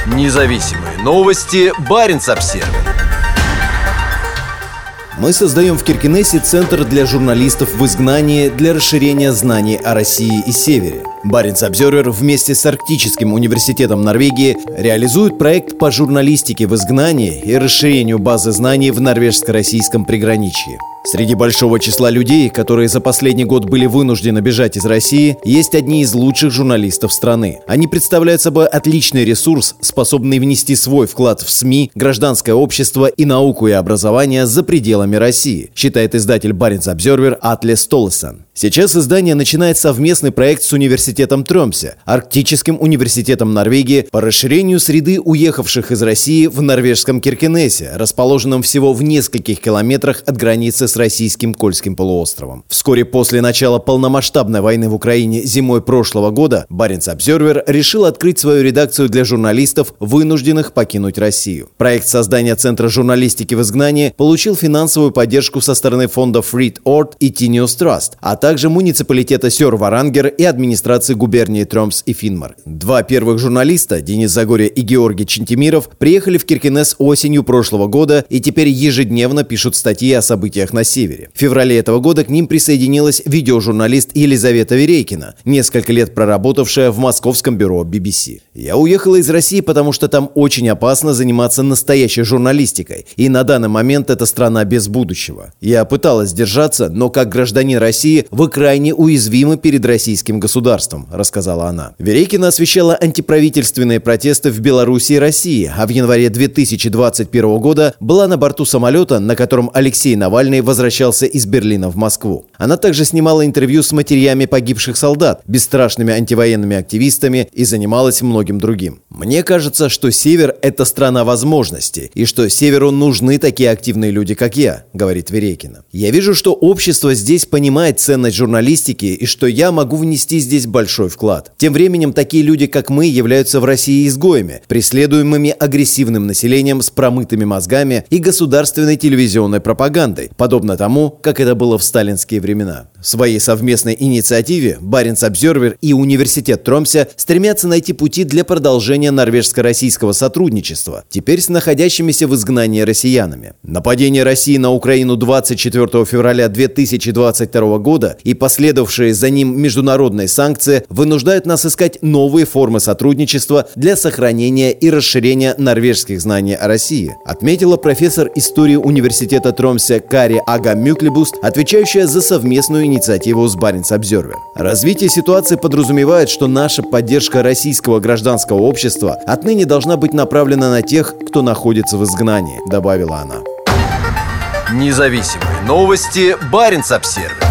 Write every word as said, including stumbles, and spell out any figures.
Независимые новости. Баренц-Обсервер. Мы создаем в Киркенесе Центр для журналистов в изгнании для расширения знаний о России и Севере. Баренц-Обсервер вместе с Арктическим университетом Норвегии реализует проект по журналистике в изгнании и расширению базы знаний в норвежско-российском приграничье. Среди большого числа людей, которые за последний год были вынуждены бежать из России, есть одни из лучших журналистов страны. Они представляют собой отличный ресурс, способный внести свой вклад в СМИ, гражданское общество и науку и образование за пределами России, считает издатель Баренц-Обсервер Атле Столесон. Сейчас издание начинает совместный проект с университетом Тромсе, Арктическим университетом Норвегии, по расширению среды уехавших из России в норвежском Киркенесе, расположенном всего в нескольких километрах от границы с российским Кольским полуостровом. Вскоре после начала полномасштабной войны в Украине зимой прошлого года Баренц-Обсервер решил открыть свою редакцию для журналистов, вынужденных покинуть Россию. Проект создания Центра журналистики в изгнании получил финансовую поддержку со стороны фондов Fritt Ord и Tinius Trust, а также муниципалитета Сёр-Варангер и администрации губернии Тромс и Финмар. Два первых журналиста, Денис Загорья и Георгий Чентимиров, приехали в Киркенес осенью прошлого года и теперь ежедневно пишут статьи о событиях на севере. В феврале этого года к ним присоединилась видеожурналист Елизавета Верейкина, несколько лет проработавшая в московском бюро би би си. «Я уехала из России, потому что там очень опасно заниматься настоящей журналистикой, и на данный момент это страна без будущего. Я пыталась держаться, но как гражданин России вы крайне уязвимы перед российским государством», — рассказала она. Верейкина освещала антиправительственные протесты в Беларуси и России, а в январе две тысячи двадцать первого года была на борту самолета, на котором Алексей Навальный возвращался из Берлина в Москву. Она также снимала интервью с матерями погибших солдат, бесстрашными антивоенными активистами и занималась многим другим. «Мне кажется, что Север – это страна возможностей, и что Северу нужны такие активные люди, как я», – говорит Верейкина. «Я вижу, что общество здесь понимает ценность журналистики и что я могу внести здесь большой вклад. Тем временем такие люди, как мы, являются в России изгоями, преследуемыми агрессивным населением с промытыми мозгами и государственной телевизионной пропагандой, подобно тому, как это было в сталинские времена». В своей совместной инициативе Баренц-Обсервер и Университет Тромсе стремятся найти пути для продолжения норвежско-российского сотрудничества, теперь с находящимися в изгнании россиянами. Нападение России на Украину двадцать четвёртого февраля две тысячи двадцать второго года и последовавшие за ним международные санкции вынуждают нас искать новые формы сотрудничества для сохранения и расширения норвежских знаний о России, отметила профессор истории Университета Тромсе Кари Ага Мюклебуст, отвечающая за совместную инициативу с Баренц-Обсервер. Развитие ситуации подразумевает, что наша поддержка российского гражданского общества отныне должна быть направлена на тех, кто находится в изгнании, добавила она. Независимые новости. Баренц-Обсервер.